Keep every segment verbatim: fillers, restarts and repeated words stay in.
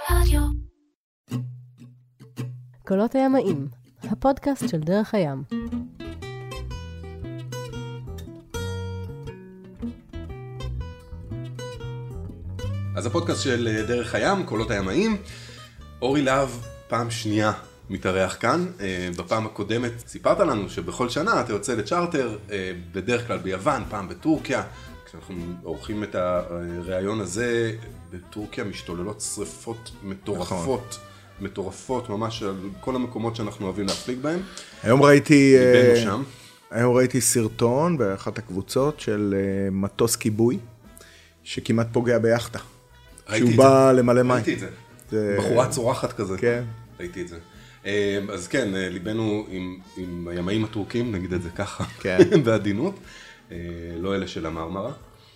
רדיו. קולות הימאים, הפודקאסט של דרך הים. אז הפודקאסט של דרך הים, קולות הימאים, אורי להב פעם שנייה מתארח כאן. בפעם הקודמת סיפרת לנו שבכל שנה אתה יוצא לצ'ארטר, בדרך כלל ביוון, פעם בטורקיה. כשאנחנו עורכים את הרעיון הזה, בטורקיה משתוללות שריפות מטורפות, מטורפות ממש על כל המקומות שאנחנו אוהבים להפליג בהם. היום ראיתי, שם. היום ראיתי סרטון באחת הקבוצות של מטוס כיבוי, שכמעט פוגע ביחדה. שהוא בא למלא מים. ראיתי את זה. זה... בחורה צורחת כזה. כן. ראיתי את זה. אז כן, ליבנו עם, עם הימאים הטורקים, נגיד את זה ככה, כן. בעדינות. לא אלה של המרמרה.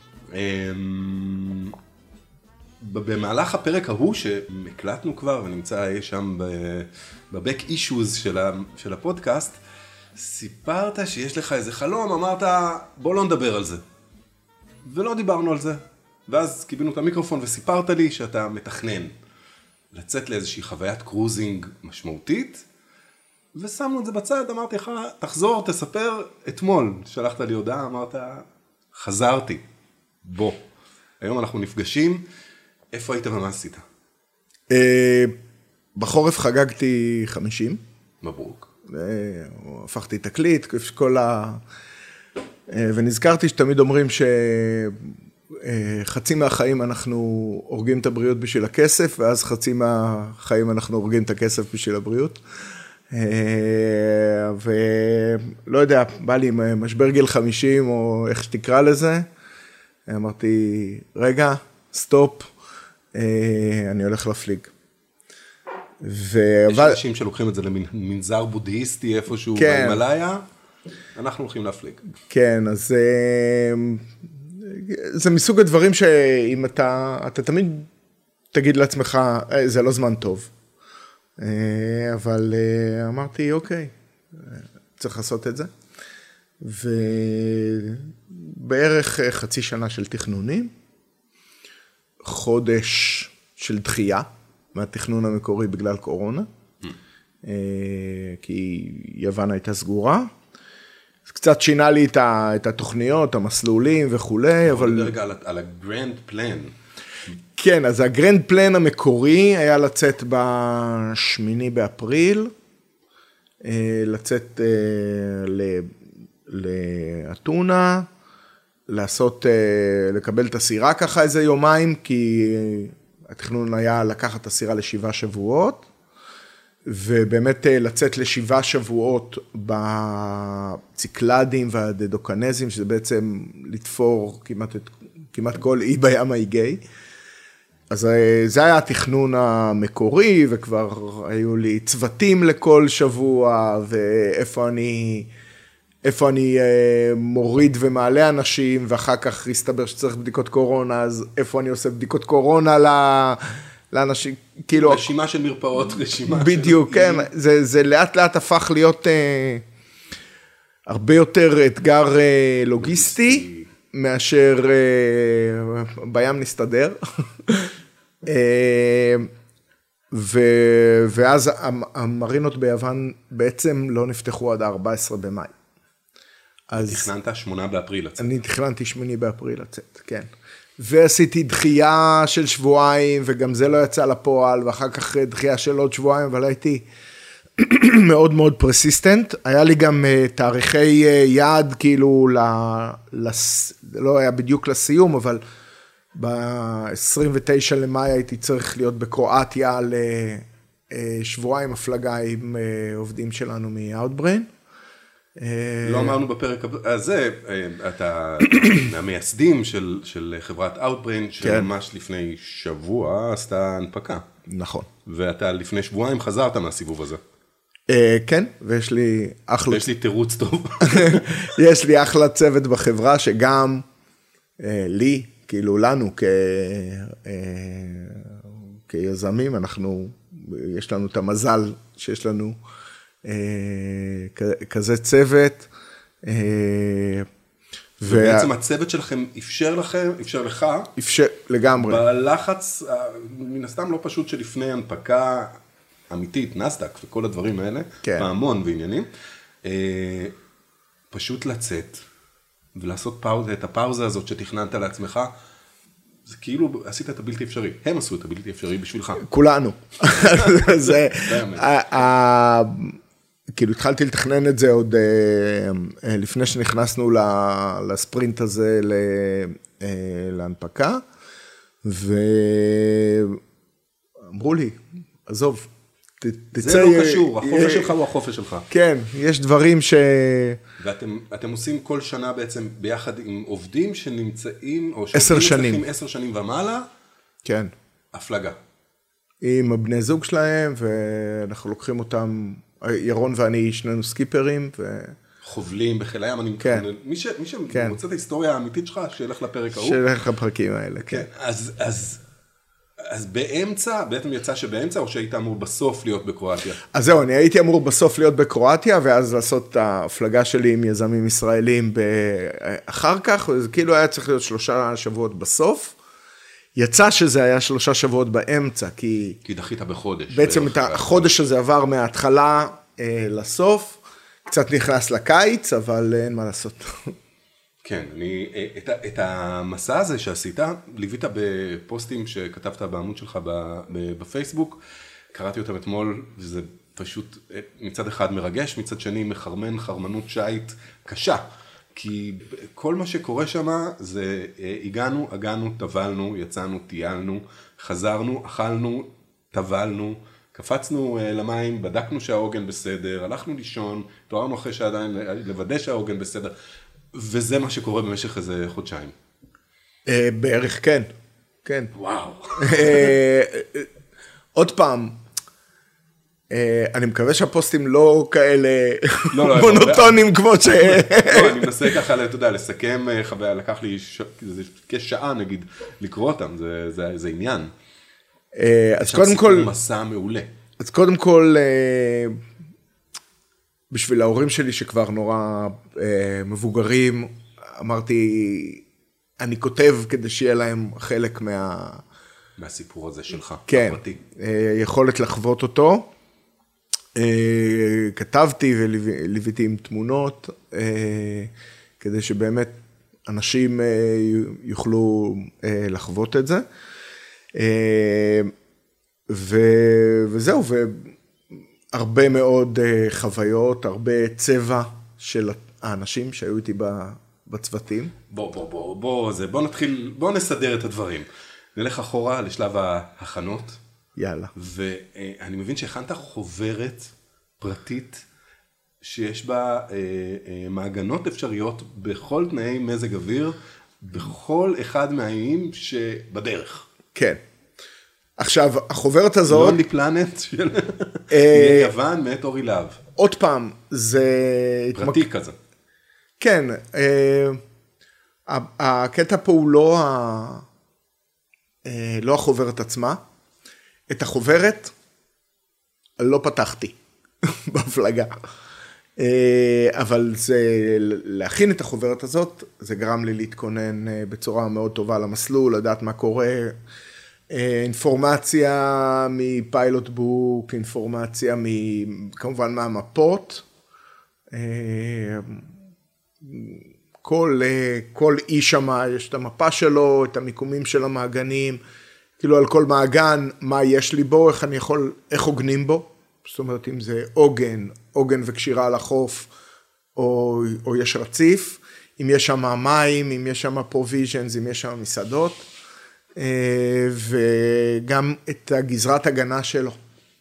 במהלך הפרק ההוא שמקלטנו כבר ונמצא שם בבק אישוז של הפודקאסט, סיפרת שיש לך איזה חלום, אמרת בוא לא נדבר על זה. ולא דיברנו על זה. ואז קיבלנו את המיקרופון וסיפרת לי שאתה מתכנן לצאת לאיזושהי חוויית קרוזינג משמעותית, ושמנו את זה בצד, אמרתי לך, תחזור, תספר. אתמול שלחת לי הודעה, אמרת, חזרתי, בוא. היום אנחנו נפגשים, איפה היית ומה עשית? בחורף חגגתי חמישים. מברוק. הפכתי תקליט, כל ה... ונזכרתי שתמיד אומרים שחצי מהחיים אנחנו הורגים את הבריאות בשביל הכסף, ואז חצי מהחיים אנחנו הורגים את הכסף בשביל הבריאות. ולא יודע, בא לי משבר גיל חמישים או איך שתקרא לזה, אמרתי, רגע, סטופ, אני הולך להפליג. יש אנשים שלוקחים את זה למנזר בודהיסטי איפשהו בהימאליה, אנחנו הולכים להפליג. כן, אז זה מסוג הדברים שאם אתה, אתה תמיד תגיד לעצמך, זה לא זמן טוב. אבל אמרתי, אוקיי, צריך לעשות את זה. ובערך חצי שנה של תכנונים, חודש של דחייה מהתכנון המקורי בגלל קורונה, כי יוון הייתה סגורה. זה קצת שינה לי את התוכניות, המסלולים וכולי, אבל... נדבר רגע על הגרנד פלן. כן, אז הגרנד פלן המקורי היה לצאת בשמיני באפריל, לצאת לאתונה, לעשות, לקבל את הסירה ככה איזה יומיים, כי התכנון היה לקחת את הסירה לשבעה שבועות, ובאמת לצאת לשבעה שבועות בציקלדים והדדוקנזים, שזה בעצם לתפור כמעט, כמעט כל אי בים האיגאי. אז זה היה התכנון המקורי, וכבר היו לי צוותים לכל שבוע, ואיפה אני, איפה אני מוריד ומעלה אנשים, ואחר כך הסתבר שצריך בדיקות קורונה, אז איפה אני עושה בדיקות קורונה לאנשים, כאילו... רשימה של מרפאות, רשימה בדיוק, של... כן, זה, זה לאט לאט הפך להיות אה, הרבה יותר אתגר אה, לוגיסטי, מאשר אה, בים נסתדר. ואז המרינות ביוון בעצם לא נפתחו עד ה-ארבעה עשר במאי. תכננת שמונה באפריל לצאת. אני תכננתי שמונה באפריל לצאת, כן. ועשיתי דחייה של שבועיים, וגם זה לא יצא לפועל, ואחר כך דחייה של עוד שבועיים, אבל הייתי מאוד מאוד פרסיסטנט. היה לי גם תאריכי יעד, כאילו, לא היה בדיוק לסיום, אבל... ב-עשרים ותשעה למאי הייתי צריך להיות בקרואטיה לשבועיים הפלגה עם עובדים שלנו מ-Outbrain. לא אמרנו בפרק הזה, אתה מהמייסדים של, של חברת Outbrain, שממש לפני שבוע עשתה הנפקה. נכון. ואתה לפני שבועיים חזרת מהסיבוב הזה. כן, ויש לי אחלה... ויש לי תירוץ טוב. יש לי אחלה צוות בחברה שגם לי, כאילו לנו כ... כיזמים, אנחנו, יש לנו את המזל שיש לנו כזה צוות, ובעצם הצוות שלכם אפשר לכם, אפשר לך, אפשר לגמרי. בלחץ, מן הסתם לא פשוט שלפני הנפקה אמיתית, נסדק וכל הדברים האלה, כן. פעמון ועניינים, פשוט לצאת ולעשות פאוזה, את הפאוזה הזאת שתכננת לעצמך, זה כאילו עשית את הבלתי אפשרי, הם עשו את הבלתי אפשרי בשבילך. כולנו. זה, כאילו התחלתי לתכנן את זה עוד לפני שנכנסנו לספרינט הזה להנפקה, ואמרו לי, עזוב, תצא... זה לא קשור, החופש שלך הוא החופש שלך. כן, יש דברים ש... ואתם עושים כל שנה בעצם ביחד עם עובדים שנמצאים, או עשר שנים. עשר שנים ומעלה, כן. הפלגה. עם הבני זוג שלהם, ואנחנו לוקחים אותם, ירון ואני שנינו סקיפרים, ו... חובלים בחיל הים, אני כן. מתכונן, מי, ש, מי שמוצא את ההיסטוריה האמיתית שלך, שילך לפרק ההוא. שילך לפרקים האלה, כן. כן. אז, אז, אז באמצע, בעצם יצא שבאמצע, או שהיית אמור בסוף להיות בקרואטיה? אז זהו, אני הייתי אמור בסוף להיות בקרואטיה, ואז לעשות את ההפלגה שלי עם יזמים ישראלים אחר כך, וזה כאילו היה צריך להיות שלושה שבועות בסוף. יצא שזה היה שלושה שבועות באמצע, כי... כי דחית בחודש. בעצם את החודש הזה עבר מההתחלה אה, לסוף, קצת נכנס לקיץ, אבל אין מה לעשות. כן, אני, את, את המסע הזה שעשית, ליווית בפוסטים שכתבת בעמוד שלך בפייסבוק, קראתי אותם אתמול, וזה פשוט מצד אחד מרגש, מצד שני מחרמן חרמנות שייט קשה, כי כל מה שקורה שם זה הגענו, הגענו, טבלנו, יצאנו, טיילנו, חזרנו, אכלנו, טבלנו, קפצנו למים, בדקנו שהעוגן בסדר, הלכנו לישון, תוארנו אחרי שעדיין לוודא שהעוגן בסדר, וזה מה שקורה במשך איזה חודשיים. בערך כן, כן. וואו. עוד פעם, אני מקווה שהפוסטים לא כאלה מונוטונים כמו ש... לא, אני מנסה ככה, אתה יודע, לסכם חוויה, לקח לי כשעה נגיד לקרוא אותם, זה עניין. אז קודם כל... מסע מעולה. אז קודם כל... בשביל ההורים שלי שכבר נורא אה, מבוגרים, אמרתי, אני כותב כדי שיהיה להם חלק מה... מהסיפור הזה שלך, כן, הפרטי. אה, יכולת לחוות אותו. אה, כתבתי וליוויתי עם תמונות, אה, כדי שבאמת אנשים אה, יוכלו אה, לחוות את זה. אה, ו... וזהו, ו... הרבה מאוד uh, חוויות, הרבה צבע של האנשים שהיו איתי בצוותים. בוא, בוא, בוא, בוא, זה, בוא נתחיל, בוא נסדר את הדברים. נלך אחורה לשלב ההכנות. יאללה. ואני מבין שהכנת חוברת פרטית, שיש בה אה, אה, מעגנות אפשריות בכל תנאי מזג אוויר, בכל אחד מהאיים שבדרך. כן. עכשיו, החוברת הזאת... לונלי פלנט של איי יוון, מאת אורי להב. עוד פעם, זה... פרטי כזה. כן, הקטע פה הוא לא, ה... לא החוברת עצמה. את החוברת לא פתחתי בהפלגה. אבל זה, להכין את החוברת הזאת, זה גרם לי להתכונן בצורה מאוד טובה למסלול, לדעת מה קורה, אינפורמציה מפיילוט בוק, אינפורמציה כמובן מהמפות, כל, כל איש שם יש את המפה שלו, את המיקומים של המעגנים, כאילו על כל מעגן, מה יש לי בו, איך אני יכול, איך עוגנים בו, זאת אומרת אם זה עוגן, עוגן וקשירה על החוף, או, או יש רציף, אם יש שם מים, אם יש שם פרוביז'נס, אם יש שם מסעדות, וגם את הגזרת הגנה שלו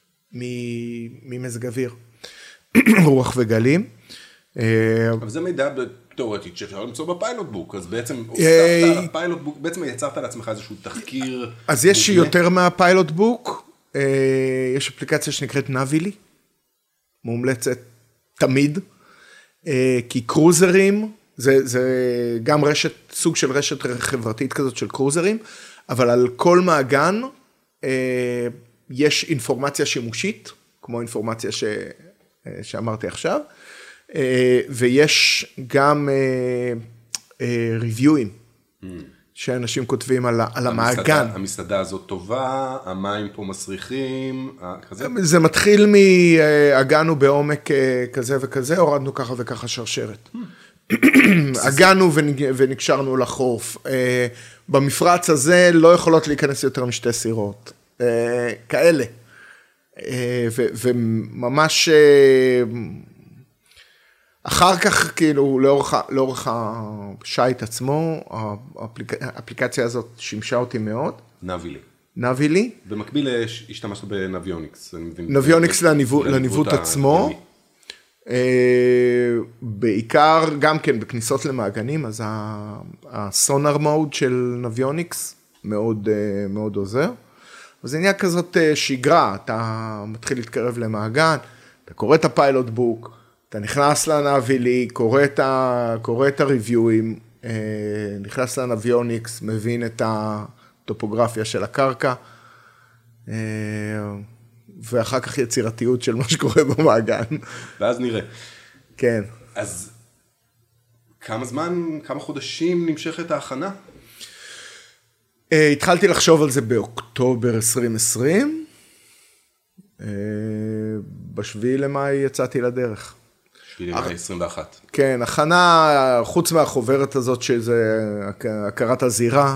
ממזג אוויר, רוח וגלים. אבל זה מידע תיאורטית שאפשר למצוא בפיילוט בוק, אז בעצם הוספת על הפיילוט בוק, בעצם יצרת לעצמך איזשהו תחקיר. אז יש יותר מהפיילוט בוק, יש אפליקציה שנקראת נאבילי, מומלצת תמיד, כי קרוזרים, זה, זה גם רשת, סוג של רשת חברתית כזאת של קרוזרים, אבל על כל מעגן אה, יש אינפורמציה שימושית, כמו אינפורמציה ש, אה, שאמרתי עכשיו, אה, ויש גם אה, ריוויואים, שאנשים כותבים על, על המעגן. המסעדה הזאת טובה, המים פה מסריחים, כזה? זה מתחיל מהגענו בעומק כזה וכזה, הורדנו ככה וככה שרשרת. הגענו ונקשרנו לחוף. במפרץ הזה לא יכולות להיכנס יותר משתי סירות. כאלה. וממש אחר כך, כאילו, לאורך, לאורך השייט עצמו, האפליקציה הזאת שימשה אותי מאוד. נבילי. נבילי. במקביל השתמשת בנביוניקס. נביוניקס לניווט עצמו. בעיקר גם כן בכניסות למעגנים, אז הסונר מוד של נביוניקס מאוד, מאוד עוזר. אז זה נהיה כזאת שגרה, אתה מתחיל להתקרב למעגן, אתה קורא את הפיילוט בוק, אתה נכנס לנבילי, קורא את, ה, קורא את הריוויואים, נכנס לנביוניקס, מבין את הטופוגרפיה של הקרקע, ואחר כך יצירתיות של מה שקורה במעגן. ואז נראה. כן. אז כמה זמן, כמה חודשים נמשכת ההכנה? התחלתי לחשוב על זה באוקטובר עשרים עשרים, בשביעי למאי יצאתי לדרך. שביעי למאי עשרים ואחת. כן, הכנה, חוץ מהחוברת הזאת שזה הכרת הזירה,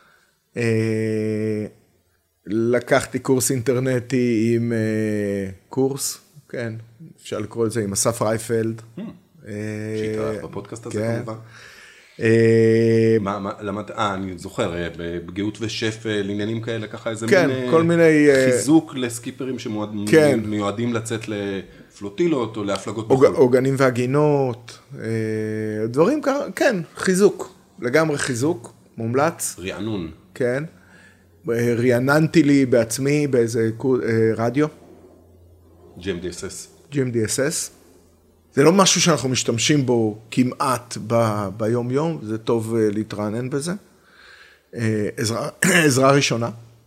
לקחתי קורס אינטרנטי עם קורס, כן, אפשר לקרוא את זה עם אסף רייפלד. שהתארח בפודקאסט הזה כמובן. מה, מה, למד, אה, אני זוכר, בגאות ושפל, עניינים כאלה, ככה איזה כן, מין כל מיני חיזוק לסקיפרים שמיועדים לצאת לפלוטילות או להפלגות בחול. עוגנים והגינות, דברים ככה, כן, חיזוק, לגמרי חיזוק, מומלץ. רענון. כן, רעננתי לי בעצמי באיזה רדיו. ג'י אם די אס אס. ג'י אם די אס אס. זה לא משהו שאנחנו משתמשים בו כמעט ב, ביום יום, זה טוב להתרענן בזה. עזרה, עזרה ראשונה,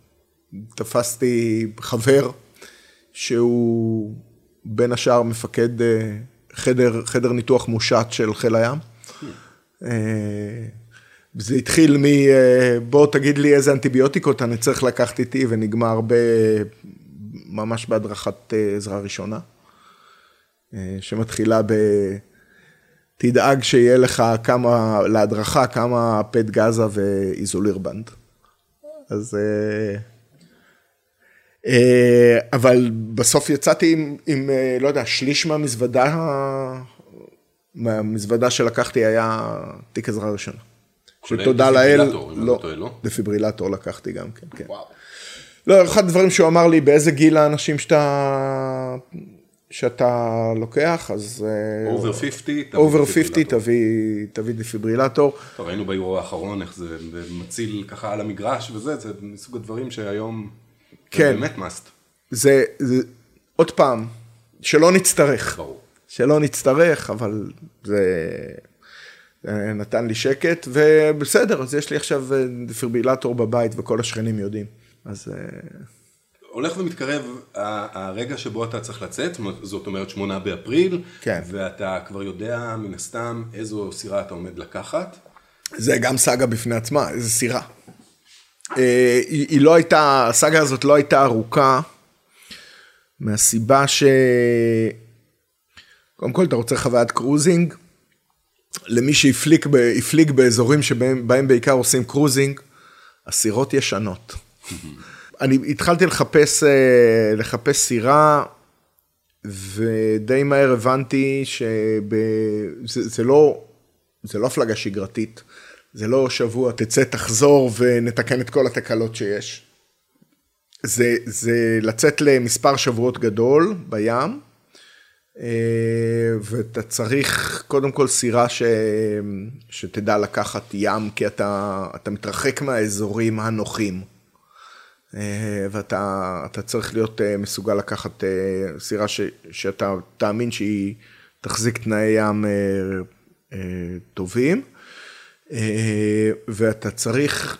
תפסתי חבר שהוא בין השאר מפקד חדר, חדר ניתוח מושט של חיל הים. זה התחיל מ, בוא תגיד לי איזה אנטיביוטיקות אני צריך לקחת איתי, ונגמר ב, ממש בהדרכת עזרה ראשונה. שמתחילה ב... תדאג שיהיה לך כמה, להדרכה, כמה פט גזה ואיזולירבנד. אז... אבל בסוף יצאתי עם, עם, לא יודע, שליש מהמזוודה, מהמזוודה שלקחתי היה תיק עזרה ראשונה. שתודה לאל, לא, דפיברילטור לקחתי גם, כן, כן. וואו. לא, אחד הדברים שהוא אמר לי, באיזה גיל האנשים שאתה... שאתה לוקח, אז... אובר חמישים, אובר חמישים, תביא, תביא דפיברילטור. טוב, ראינו ביורו האחרון איך זה מציל ככה על המגרש וזה, זה מסוג הדברים שהיום כן. זה באמת מאסט. זה, זה, עוד פעם, שלא נצטרך. ברור. שלא נצטרך, אבל זה נתן לי שקט, ובסדר, אז יש לי עכשיו דפיברילטור בבית, וכל השכנים יודעים. אז... הולך ומתקרב הרגע שבו אתה צריך לצאת, זאת אומרת שמונה באפריל, כן. ואתה כבר יודע מן הסתם איזו סירה אתה עומד לקחת. זה גם סאגה בפני עצמה, איזו סירה. היא, היא לא הייתה, הסאגה הזאת לא הייתה ארוכה, מהסיבה ש... קודם כל אתה רוצה חוויית קרוזינג, למי שהפליג הפליג באזורים שבהם בהם בעיקר עושים קרוזינג, הסירות ישנות. אני התחלתי לחפש, לחפש סירה, ודי מהר הבנתי שזה זה לא, זה לא הפלגה שגרתית, זה לא שבוע, תצא, תחזור ונתקן את כל התקלות שיש. זה, זה לצאת למספר שבועות גדול בים, ואתה צריך קודם כל סירה ש, שתדע לקחת ים, כי אתה, אתה מתרחק מהאזורים הנוחים. ואתה אתה צריך להיות מסוגל לקחת סירה ש, שאתה תאמין שהיא תחזיק תנאי ים טובים, ואתה צריך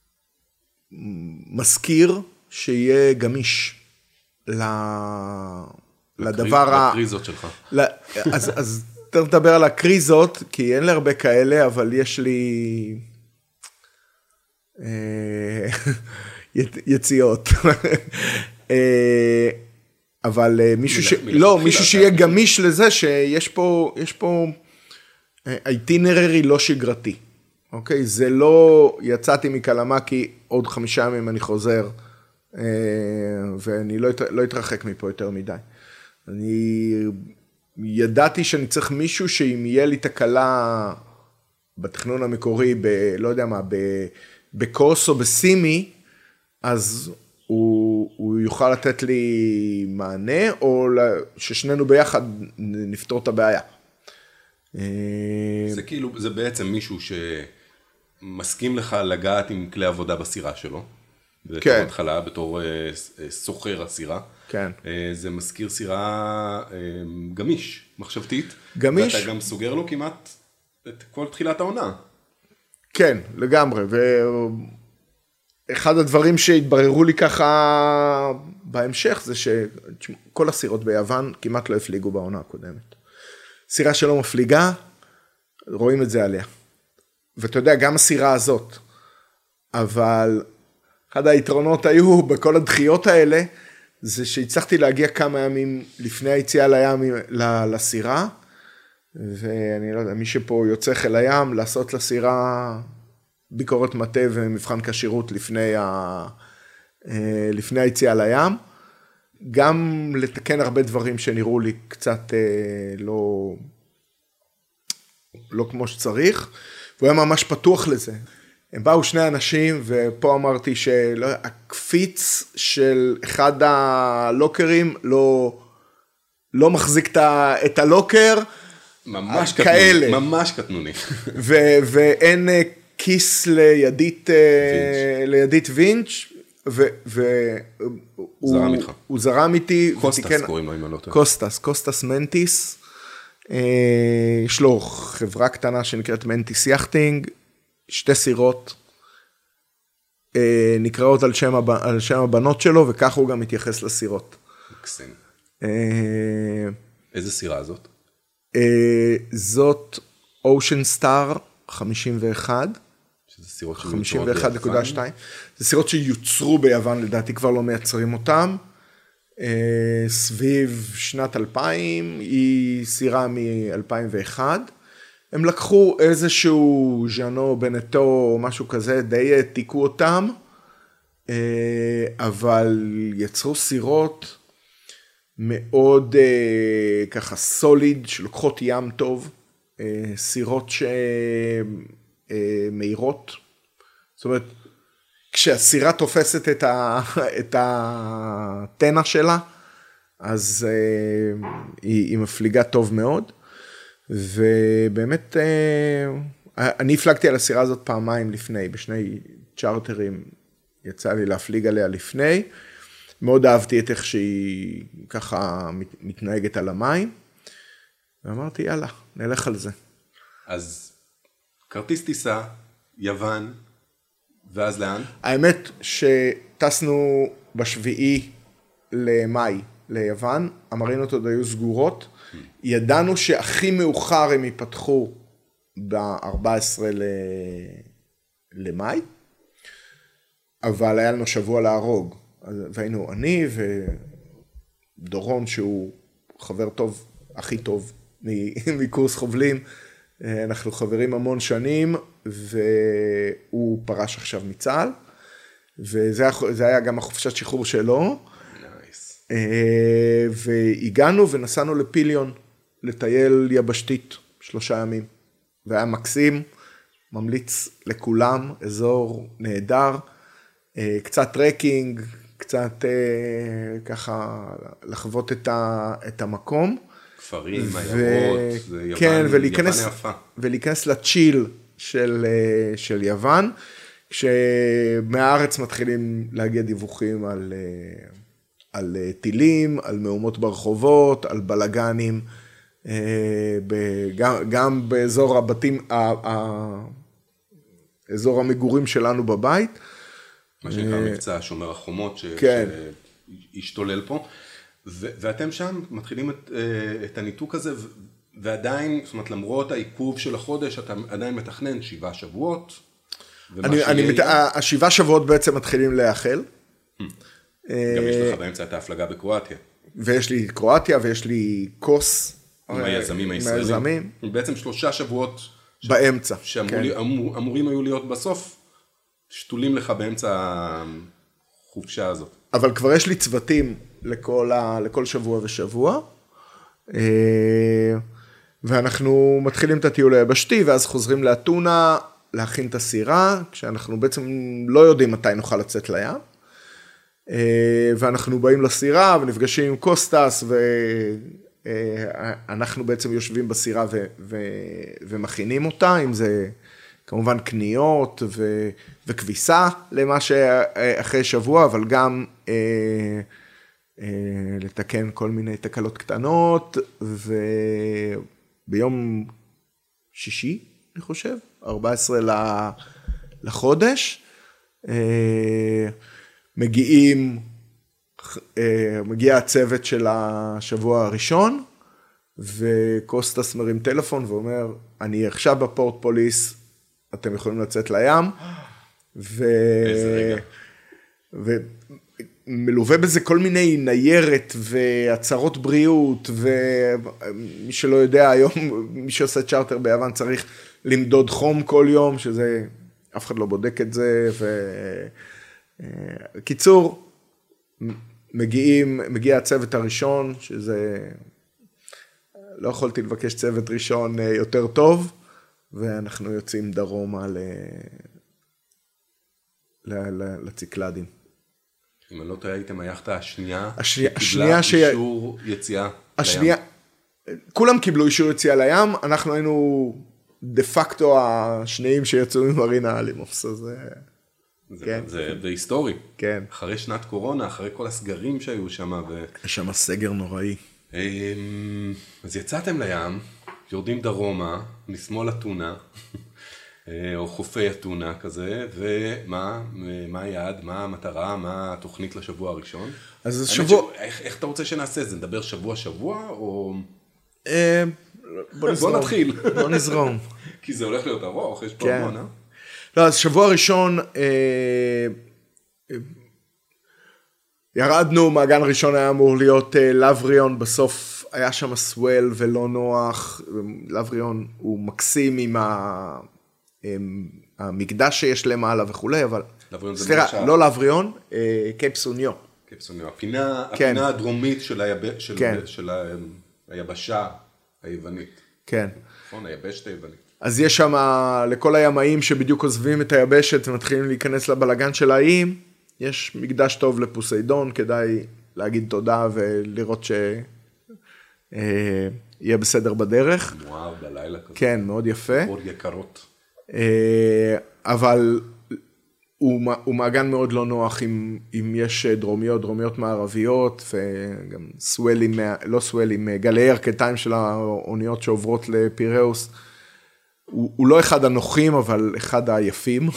מזכיר שיהיה גמיש לדבר ה... לקריזות שלך. אז, אז יותר לדבר על הקריזות, כי אין לי הרבה כאלה, אבל יש לי יציאות. אבל מישהו ש... לא, מישהו שיהיה גמיש לזה, שיש פה, יש פה איטינררי לא שגרתי. אוקיי? זה לא, יצאתי מקלמקי, עוד חמישה ימים אני חוזר, ואני לא אתרחק מפה יותר מדי. אני ידעתי שאני צריך מישהו שאם יהיה לי תקלה בתכנון המקורי, ב, לא יודע מה, בקורס או בסימי, אז הוא, הוא יוכל לתת לי מענה, או ששנינו ביחד נפתור את הבעיה. זה כאילו, זה בעצם מישהו שמסכים לך לגעת עם כלי עבודה בסירה שלו. בתור כן. התחלה, בתור סוחר הסירה. כן. זה מזכיר סירה גמיש, מחשבתית. גמיש. ואתה גם סוגר לו כמעט את כל תחילת העונה. כן, לגמרי. ואחד הדברים שהתבררו לי ככה בהמשך, זה שכל הסירות ביוון כמעט לא הפליגו בעונה הקודמת. סירה שלא מפליגה, רואים את זה עליה. ואתה יודע, גם הסירה הזאת. אבל אחד היתרונות היו בכל הדחיות האלה, זה שהצלחתי להגיע כמה ימים לפני היציאה לים לסירה, ואני לא יודע, מי שפה יוצא חיל הים, לעשות לסירה ביקורת מטה ומבחן כשירות לפני, ה... לפני היציאה לים, גם לתקן הרבה דברים שנראו לי קצת לא, לא כמו שצריך, והוא היה ממש פתוח לזה. הם באו שני אנשים, ופה אמרתי שהקפיץ של אחד הלוקרים לא, לא מחזיק את הלוקר, ממש כאלה. קטנוני, ממש קטנוני. ו- ואין כיס לידית, לידית וינץ', ו- ו- זרם איתך. הוא זרם איתי. קוסטס ותיקן, קוראים לו, אם אני לא טועה. קוסטס, קוסטס מנטיס. יש לו חברה קטנה שנקראת מנטיס יחטינג, שתי סירות, נקראות על שם, הב... על שם הבנות שלו, וכך הוא גם מתייחס לסירות. מקסים. איזה סירה זאת? זאת Ocean Star חמישים ואחת. שזה סירות חמישים ואחת נקודה שתיים. זה סירות שיוצרו ביוון, לדעתי כבר לא מייצרים אותם. סביב שנת אלפיים, היא סירה מ-אלפיים ואחת. הם לקחו איזשהו ז'אנו, בנטו, או משהו כזה, די העתיקו אותם, אבל יצרו סירות מאוד ככה סוליד, שלוקחות ים טוב, סירות שמהירות, זאת אומרת, כשהסירה תופסת את, ה, את הטנה שלה, אז היא, היא מפליגה טוב מאוד, ובאמת, אני הפלגתי על הסירה הזאת פעמיים לפני, בשני צ'ארטרים יצא לי להפליג עליה לפני, מאוד אהבתי את איך שהיא ככה מתנהגת על המים, ואמרתי יאללה, נלך על זה. אז כרטיס טיסה, יוון, ואז לאן? האמת שטסנו בשביעי למאי ליוון, המרינות עוד היו סגורות, ידענו שהכי מאוחר הם ייפתחו ב-ארבעה עשר למאי, אבל היה לנו שבוע להרוג, והיינו אני ודורון שהוא חבר טוב, הכי טוב מקורס חובלים, אנחנו חברים המון שנים, והוא פרש עכשיו מצה"ל, וזה היה גם החופשת שחרור שלו, nice. והגענו ונסענו לפיליון, לטייל יבשתית, שלושה ימים, והיה מקסים, ממליץ לכולם, אזור נהדר, קצת טרקינג, קצת ככה לחוות את המקום, כפרים, עיירות, זה יוון, כן, ולהיכנס, יוון יפה. ולהיכנס לצ'יל של, של יוון, כשמהארץ מתחילים להגיע דיווחים על, על טילים, על מהומות ברחובות, על בלגנים, גם, גם באזור הבתים, אזור המגורים שלנו בבית. מה שנקרא מבצע שומר החומות, ש... כן. שהשתולל פה. ו- ואתם שם מתחילים את, את הניתוק הזה, ועדיין, זאת אומרת, למרות העיכוב של החודש, אתה עדיין מתכנן שבעה שבועות. אני, אני מת... השבעה שבועות בעצם מתחילים להיאכל. גם יש לך באמצע את ההפלגה בקרואטיה. ויש לי קרואטיה ויש לי קוס. עם היזמים הישראלים. בעצם שלושה שבועות. באמצע. שאמורים היו להיות בסוף, שתולים לך באמצע החופשה הזאת. אבל כבר יש לי צוותים לכל, ה... לכל שבוע ושבוע. ואנחנו מתחילים את הטיול היבשתי, ואז חוזרים לאתונה, להכין את הסירה, כשאנחנו בעצם לא יודעים מתי נוכל לצאת לים. ואנחנו באים לסירה ונפגשים עם קוסטס, ואנחנו בעצם יושבים בסירה ו... ו... ומכינים אותה, אם זה כמובן קניות ו... וכביסה למה שאחרי שבוע, אבל גם לתקן כל מיני תקלות קטנות, וביום שישי, אני חושב, ארבעה עשר לחודש, מגיעים, מגיע הצוות של השבוע הראשון, וקוסטס מרים טלפון ואומר, אני עכשיו בפורט פוליס, אתם יכולים לצאת לים, ו... ומלווה בזה כל מיני ניירת והצהרות בריאות, ומי שלא יודע, היום מי שעושה צ'ארטר ביוון צריך למדוד חום כל יום, שזה, אף אחד לא בודק את זה, וקיצור, מגיעים, מגיע הצוות הראשון, שזה, לא יכולתי לבקש צוות ראשון יותר טוב, ואנחנו יוצאים דרומה ל... לציקלדים. אם אני לא טועה, הייתם היחדה השנייה, השנייה שקיבלה אישור יציאה השנייה, לים. כולם קיבלו אישור יציאה לים, אנחנו היינו דה פקטו השניים שיצאו ממרינה אלימוס, אז זה, כן. זה, זה היסטורי. כן. אחרי שנת קורונה, אחרי כל הסגרים שהיו שם. ו... יש שם סגר נוראי. אז יצאתם לים, יורדים דרומה, משמאל אתונה, או חופי אתונה כזה, ומה, מה היעד, מה המטרה, מה התוכנית לשבוע הראשון? אז שבוע... ש... איך, איך אתה רוצה שנעשה את זה? נדבר שבוע שבוע, או... בוא נזרום. בוא נתחיל. בוא נזרום. כי זה הולך להיות ארוך, יש פה המון, אה? לא, אז שבוע ראשון, ירדנו, מעגן ראשון היה אמור להיות לבריון, בסוף היה שם סוול ולא נוח, לבריון הוא מקסים עם ה... המקדש שיש למעלה וכולי, אבל... סליחה, לא לבריון, קייפסוניו. קייפסוניו, הפינה הדרומית של היבשה היוונית. כן. נכון, היבשת היוונית. אז יש שם, לכל הימאים שבדיוק עוזבים את היבשת ומתחילים להיכנס לבלגן של האיים, יש מקדש טוב לפוסיידון, כדאי להגיד תודה ולראות שיהיה בסדר בדרך. מואר בלילה כזה. כן, מאוד יפה. מאוד יקרות. אבל הוא, הוא מעגן מאוד לא נוח אם, אם יש דרומיות, דרומיות מערביות, וגם סואלים, לא סואלים, גלי ירכתיים של האוניות שעוברות לפיראוס. הוא, הוא לא אחד הנוחים, אבל אחד היפים.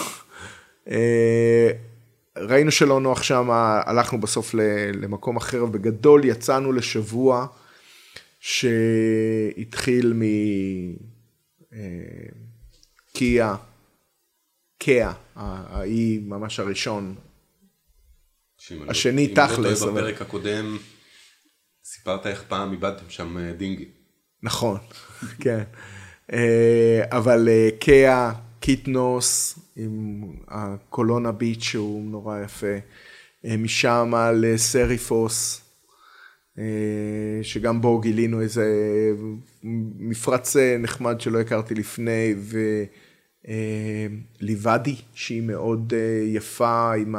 ראינו שלא נוח שם, הלכנו בסוף למקום אחר, ובגדול יצאנו לשבוע שהתחיל מ... קיה, קיה, האי ממש הראשון, השני תכלס. אם לא בפרק הקודם, סיפרת איך פעם איבדתם שם דינגי. נכון, כן. אבל קיה, קיטנוס, עם הקולונה ביץ' שהוא נורא יפה, משם לסריפוס, שגם בו גילינו איזה מפרץ נחמד שלא הכרתי לפני, וליבדי שהיא מאוד יפה עם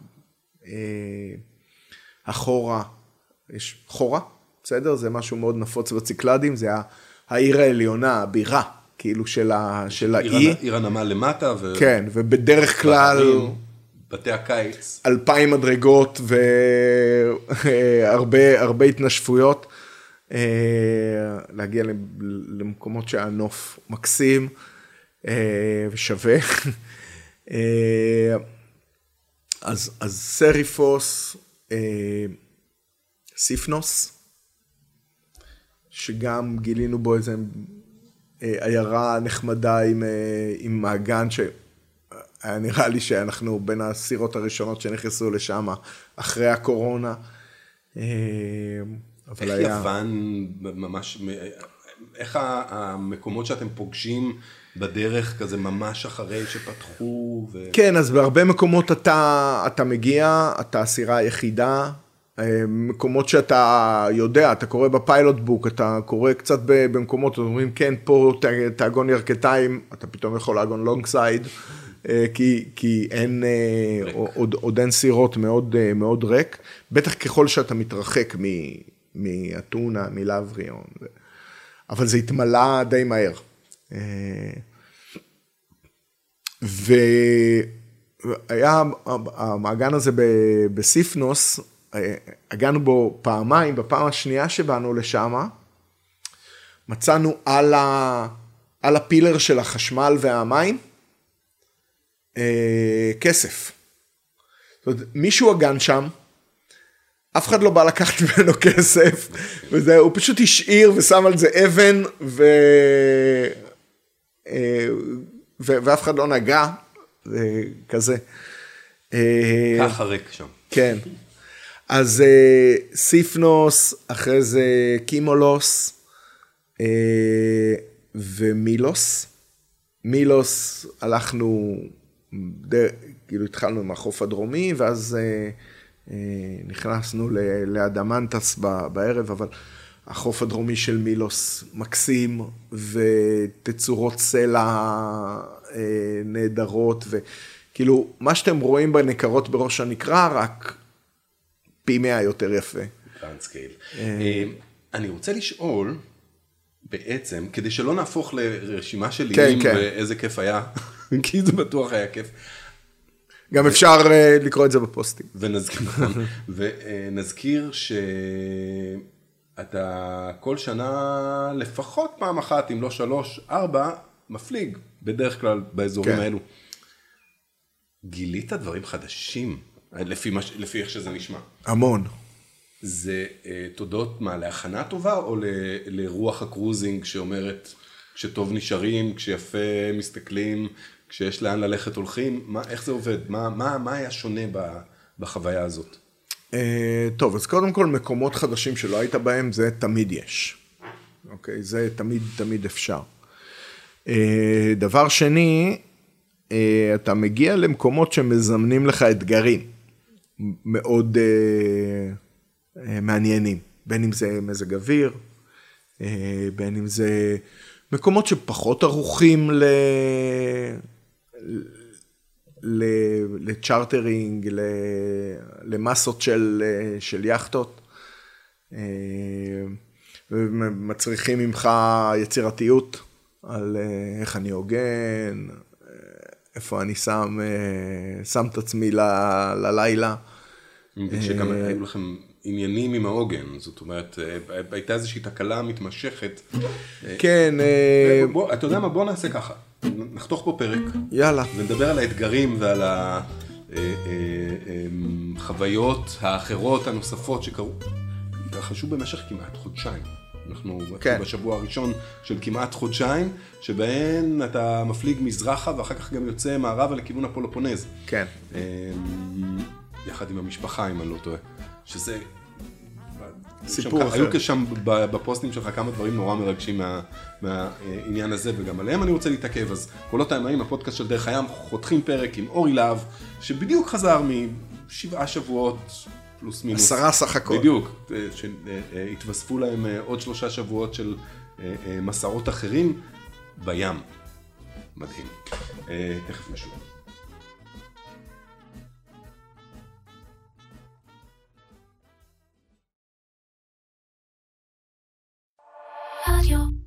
החורה, יש חורה, בסדר? זה משהו מאוד נפוץ בציקלדים, זה העיר העליונה, הבירה, כאילו של האי. עיר הנמל למטה. כן, ובדרך כלל... בתי הקיץ. אלפיים מדרגות והרבה הרבה התנשפויות. להגיע למקומות שהנוף מקסים ושווה. אז, אז סריפוס, סיפנוס, שגם גילינו בו איזה עיירה נחמדה עם, עם מעגן, שהיה נראה לי שאנחנו בין הסירות הראשונות שנכנסו לשם אחרי הקורונה. איך היה... יוון ממש, איך המקומות שאתם פוגשים בדרך כזה ממש אחרי שפתחו? ו... כן, אז בהרבה מקומות אתה, אתה מגיע, אתה הסירה היחידה, מקומות שאתה יודע, אתה קורא בפיילוט בוק, אתה קורא קצת במקומות, אומרים כן, פה תאגון ירכתיים, אתה פתאום יכול לאגון לונג סייד, כי, כי אין, עוד, עוד אין סירות מאוד, מאוד ריק, בטח ככל שאתה מתרחק מאתונה, מלאבריון, אבל זה התמלא די מהר. והיה המעגן הזה בסיפנוס, הגענו בו פעמיים, בפעם השנייה שבאנו לשם, מצאנו על, ה, על הפילר של החשמל והמים, כסף. זאת אומרת, מישהו הגן שם, אף אחד לא בא לקחת ממנו כסף, וזה, הוא פשוט השאיר ושם על זה אבן, ו... ו... ואף אחד לא נגע, כזה. ככה ריק שם. כן. אז סיפנוס, אחרי זה קימולוס, ומילוס. מילוס הלכנו, כאילו התחלנו עם החוף הדרומי, ואז נכנסנו לאדמנטס בערב, אבל החוף הדרומי של מילוס מקסים, ותצורות סלע נהדרות, וכאילו מה שאתם רואים בנקרות בראש הנקרה, רק פי מאה יותר יפה. טרנסקייל. אני רוצה לשאול, בעצם, כדי שלא נהפוך לרשימה של אימים, ואיזה כיף היה, כי זה בטוח היה כיף, גם אפשר לקרוא את זה בפוסטים. ונזכיר שאתה כל שנה לפחות פעם אחת, אם לא שלוש, ארבע, מפליג בדרך כלל באזורים האלו. גילית דברים חדשים, לפי איך שזה נשמע. המון. זה תודות מה, להכנה טובה או לרוח הקרוזינג שאומרת כשטוב נשארים, כשיפה מסתכלים, כשיש לאן ללכת הולכים, מה, איך זה עובד? מה, מה, מה היה שונה בחוויה הזאת? טוב, אז קודם כל מקומות חדשים שלא היית בהם, זה תמיד יש. אוקיי, זה תמיד, תמיד אפשר. דבר שני, אתה מגיע למקומות שמזמנים לך אתגרים מאוד מעניינים. בין אם זה מזג אוויר, בין אם זה מקומות שפחות ערוכים ל... לצ'ארטרינג, למסות של, של יחטות, ומצריכים ממך יצירתיות על איך אני הוגן, איפה אני שם, שם את עצמי ל, ללילה. שגם היו לכם עניינים עם העוגן, זאת אומרת, הייתה איזושהי תקלה מתמשכת. כן. בוא, אתה יודע מה, בוא נעשה ככה. נחתוך פה פרק. יאללה. ונדבר על האתגרים ועל החוויות האחרות הנוספות שקרו. התרחשו במשך כמעט חודשיים. אנחנו כן. בשבוע הראשון של כמעט חודשיים, שבהן אתה מפליג מזרחה ואחר כך גם יוצא מערבה לכיוון הפולופונז. כן. יחד עם המשפחה, אם אני לא טועה. שזה... סיפור אחר. היו שם בפוסטים שלך כמה דברים נורא מרגשים מה, מהעניין הזה, וגם עליהם אני רוצה להתעכב. אז קולות הימאים, הפודקאסט של דרך הים, חותכים פרק עם אורי להב, שבדיוק חזר משבעה שבועות, פלוס מינוס. עשרה סך הכל. בדיוק, שהתווספו להם עוד שלושה שבועות של מסעות אחרים בים. מדהים. תכף משהו. רדיו